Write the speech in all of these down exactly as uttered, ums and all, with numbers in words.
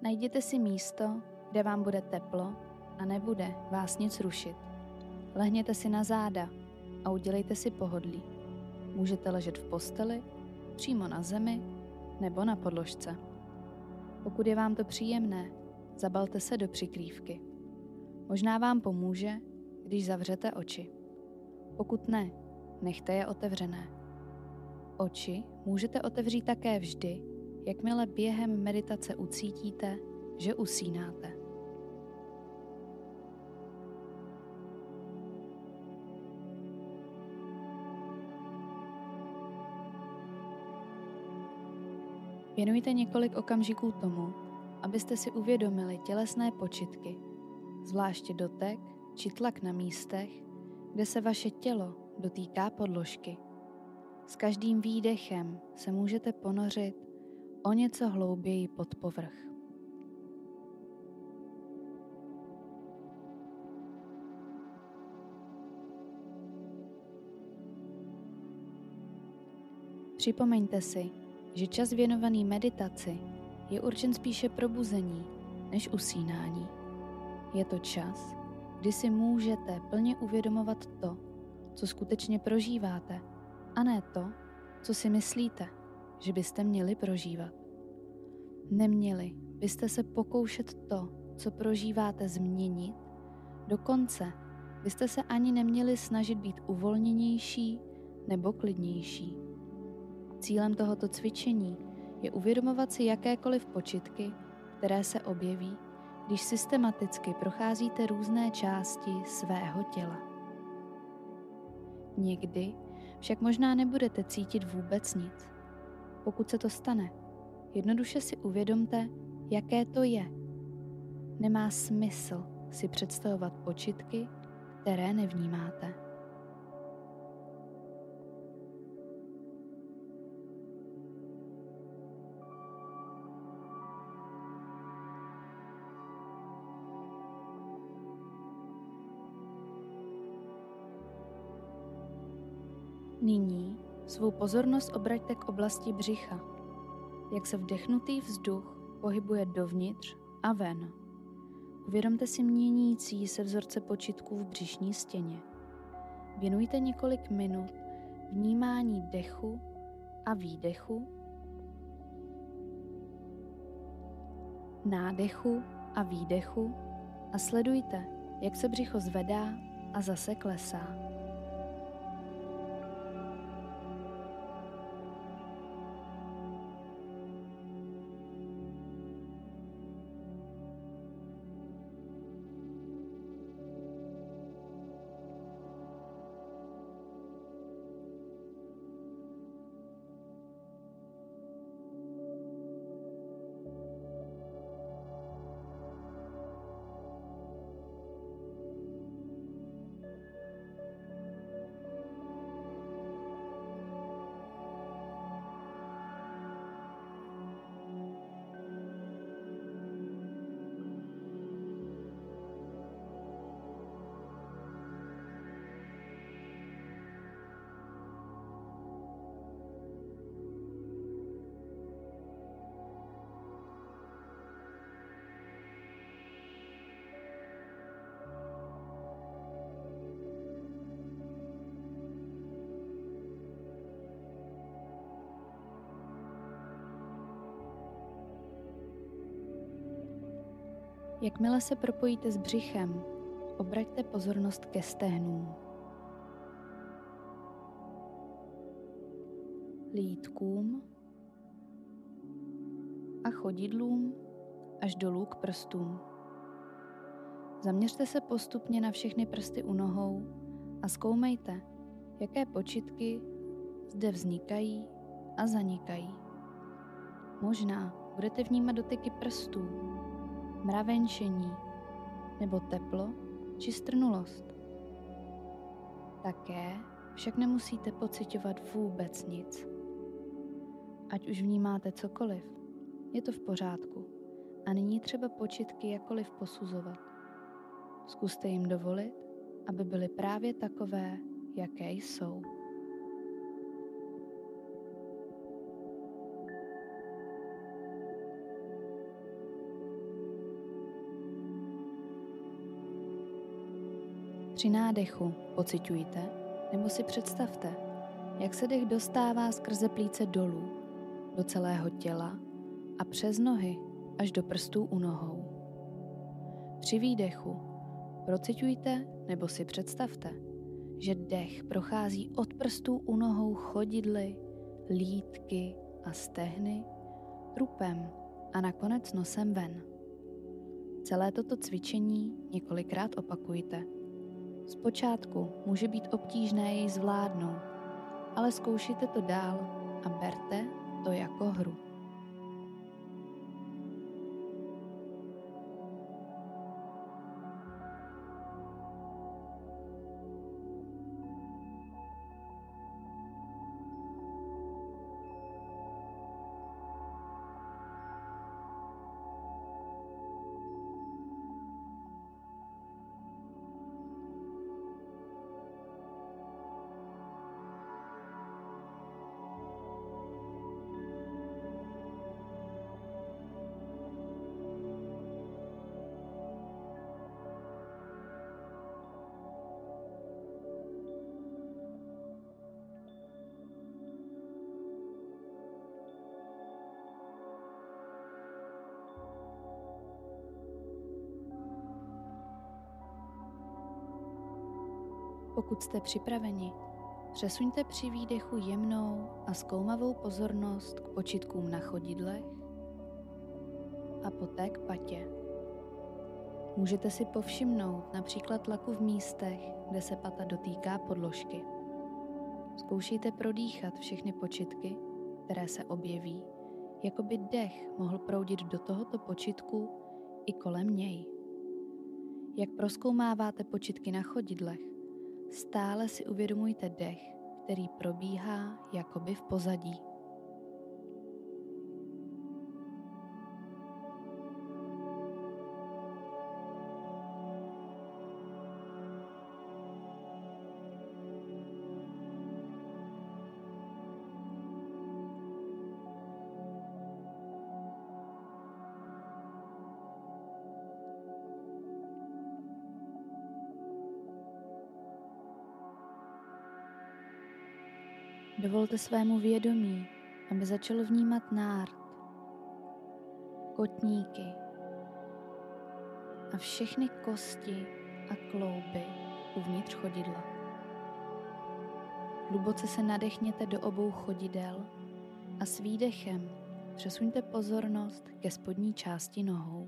Najděte si místo, kde vám bude teplo a nebude vás nic rušit. Lehněte si na záda a udělejte si pohodlí. Můžete ležet v posteli, přímo na zemi nebo na podložce. Pokud je vám to příjemné, zabalte se do přikrývky. Možná vám pomůže, když zavřete oči. Pokud ne, nechte je otevřené. Oči můžete otevřít také vždy, jakmile během meditace ucítíte, že usínáte. Věnujte několik okamžiků tomu, abyste si uvědomili tělesné počitky, zvláště dotek či tlak na místech, kde se vaše tělo dotýká podložky. S každým výdechem se můžete ponořit o něco hlouběji pod povrch. Připomeňte si, že čas věnovaný meditaci je určen spíše probuzení než usínání. Je to čas, kdy si můžete plně uvědomovat to, co skutečně prožíváte, a ne to, co si myslíte, že byste měli prožívat. Neměli byste se pokoušet to, co prožíváte, změnit, dokonce byste se ani neměli snažit být uvolněnější nebo klidnější. Cílem tohoto cvičení je uvědomovat si jakékoliv počitky, které se objeví, když systematicky procházíte různé části svého těla. Někdy však možná nebudete cítit vůbec nic. Pokud se to stane, jednoduše si uvědomte, jaké to je. Nemá smysl si představovat počitky, které nevnímáte. Nyní svou pozornost obraťte k oblasti břicha, jak se vdechnutý vzduch pohybuje dovnitř a ven. Uvědomte si měnící se vzorce počitků v břišní stěně. Věnujte několik minut vnímání dechu a výdechu, nádechu a výdechu a sledujte, jak se břicho zvedá a zase klesá. Jakmile se propojíte s břichem, obraťte pozornost ke stehnům, lítkům a chodidlům až dolů k prstům. Zaměřte se postupně na všechny prsty u nohou a zkoumejte, jaké počitky zde vznikají a zanikají. Možná budete vnímat dotyky prstů, mravenčení nebo teplo či strnulost. Také však nemusíte pociťovat vůbec nic. Ať už vnímáte cokoliv, je to v pořádku a není třeba počitky jakkoliv posuzovat. Zkuste jim dovolit, aby byly právě takové, jaké jsou. Při nádechu pociťujte nebo si představte, jak se dech dostává skrze plíce dolů, do celého těla a přes nohy až do prstů u nohou. Při výdechu pociťujte nebo si představte, že dech prochází od prstů u nohou chodidly, lítky a stehny, trupem a nakonec nosem ven. Celé toto cvičení několikrát opakujte. Zpočátku může být obtížné jej zvládnout, ale zkoušejte to dál a berte to jako hru. Pokud jste připraveni, přesuňte při výdechu jemnou a zkoumavou pozornost k počitkům na chodidlech a poté k patě. Můžete si povšimnout například tlaku v místech, kde se pata dotýká podložky. Zkoušejte prodýchat všechny počitky, které se objeví, jako by dech mohl proudit do tohoto počitku i kolem něj. Jak prozkoumáváte počitky na chodidlech, stále si uvědomujte dech, který probíhá jakoby v pozadí. Dovolte svému vědomí, aby začalo vnímat nárt, kotníky a všechny kosti a klouby uvnitř chodidla. Hluboce se nadechněte do obou chodidel a s výdechem přesuňte pozornost ke spodní části nohou.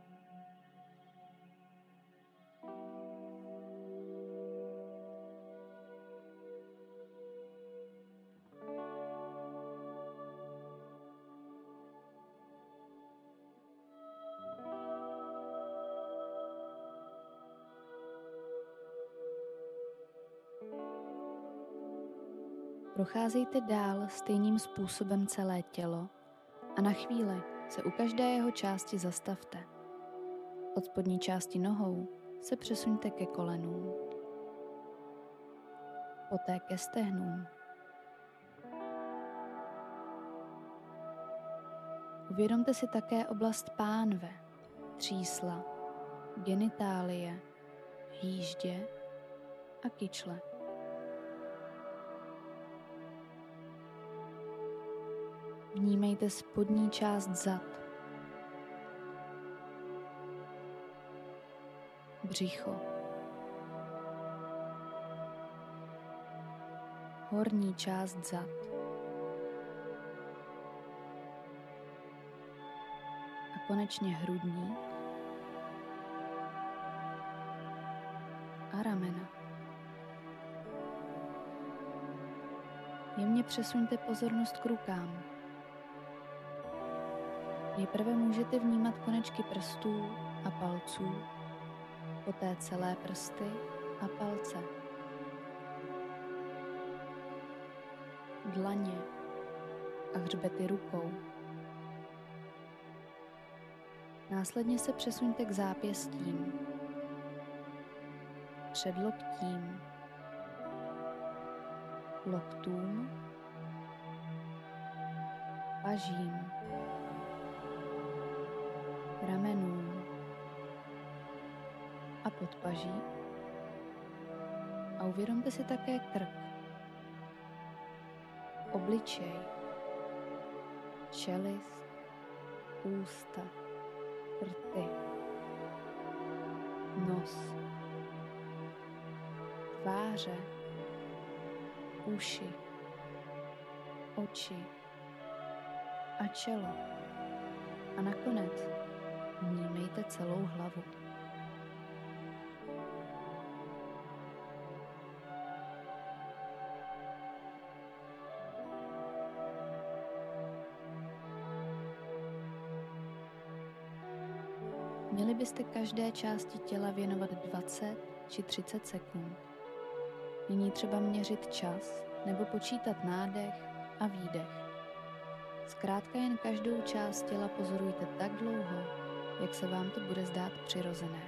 Procházejte dál stejným způsobem celé tělo a na chvíli se u každé jeho části zastavte. Od spodní části nohou se přesuňte ke kolenům, poté ke stehnům. Uvědomte si také oblast pánve, třísla, genitálie, hýždě a kyčle. Vnímejte spodní část zad, břicho, horní část zad, a konečně hrudník a ramena. Jemně přesuňte pozornost k rukám. Nejprve můžete vnímat konečky prstů a palců, poté celé prsty a palce, dlaně a hřbety rukou. Následně se přesuňte k zápěstím, předloktím, loktům, pažím, ramenům a podpaží A uvědomte si také krk, obličej, čelist, ústa, rty, nos, tváře, uši, oči a čelo. A nakonec vnímejte celou hlavu. Měli byste každé části těla věnovat dvacet či třicet sekund. Není třeba měřit čas nebo počítat nádech a výdech. Zkrátka jen každou část těla pozorujte tak dlouho, jak se vám to bude zdát přirozené.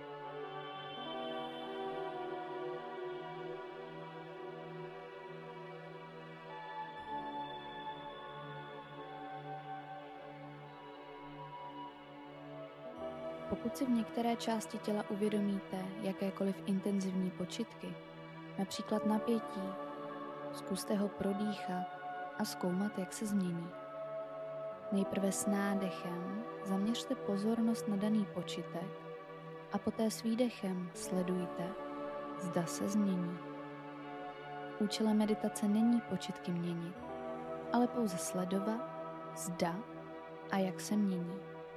Pokud si v některé části těla uvědomíte jakékoliv intenzivní počitky, například napětí, zkuste ho prodýchat a zkoumat, jak se změní. Nejprve s nádechem zaměřte pozornost na daný počitek a poté s výdechem sledujte, zda se změní. Účelem meditace není počitky měnit, ale pouze sledovat, zda a jak se mění.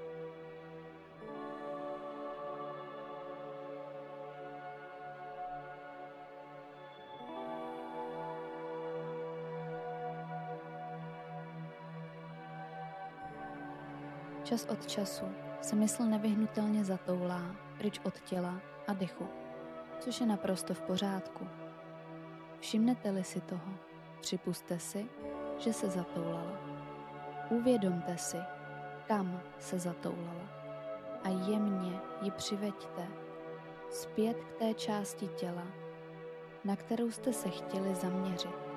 Čas od času se mysl nevyhnutelně zatoulá pryč od těla a dechu, což je naprosto v pořádku. Všimnete-li si toho, připusťte si, že se zatoulala. Uvědomte si, kam se zatoulala a jemně ji přiveďte zpět k té části těla, na kterou jste se chtěli zaměřit.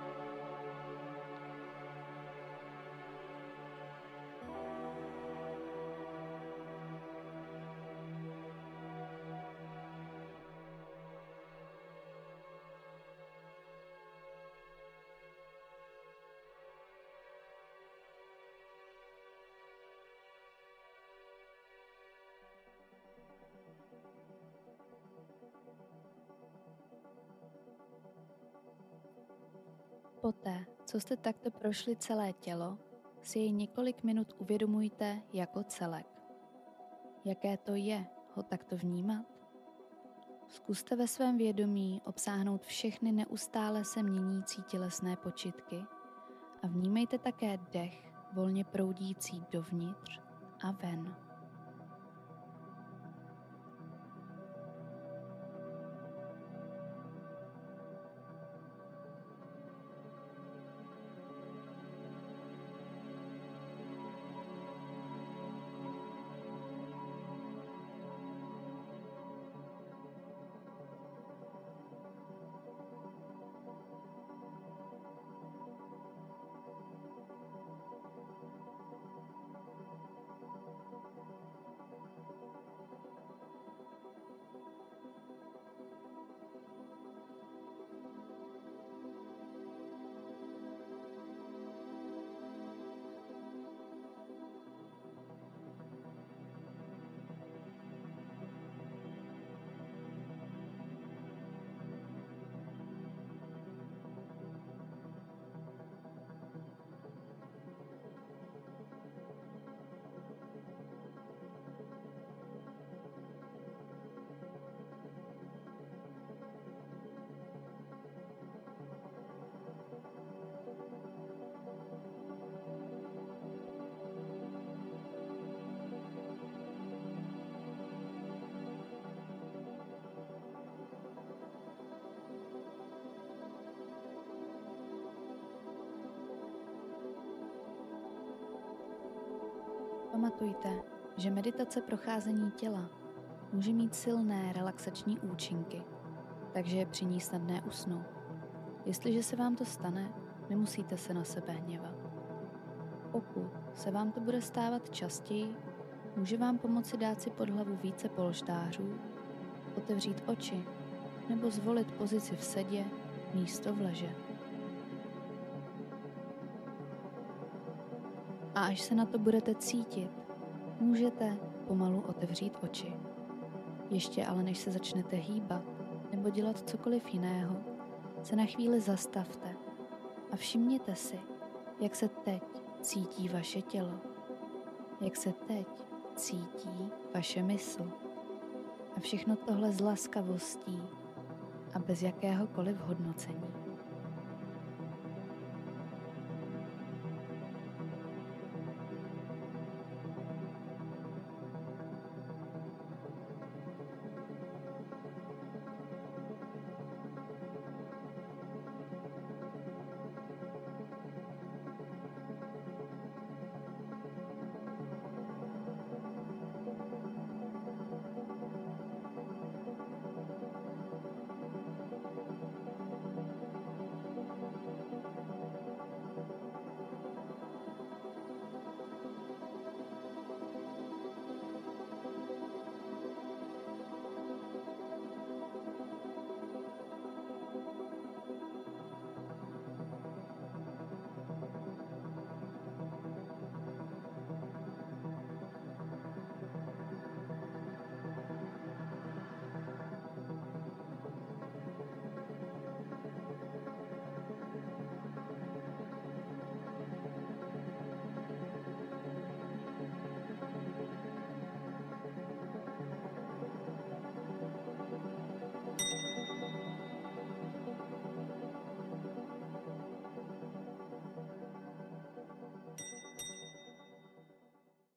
Poté, co jste takto prošli celé tělo, si jej několik minut uvědomujte jako celek. Jaké to je ho takto vnímat? Zkuste ve svém vědomí obsáhnout všechny neustále se měnící tělesné počitky a vnímejte také dech volně proudící dovnitř a ven. Pamatujte, že meditace procházení těla může mít silné relaxační účinky, takže je při ní snadné usnout. Jestliže se vám to stane, nemusíte se na sebe hněvat. Pokud se vám to bude stávat častěji, může vám pomoci dát si pod hlavu více polštářů, otevřít oči nebo zvolit pozici v sedě místo v leže. A až se na to budete cítit, můžete pomalu otevřít oči. Ještě ale než se začnete hýbat nebo dělat cokoliv jiného, se na chvíli zastavte a všimněte si, jak se teď cítí vaše tělo, jak se teď cítí vaše mysl. A všechno tohle s laskavostí a bez jakéhokoliv hodnocení.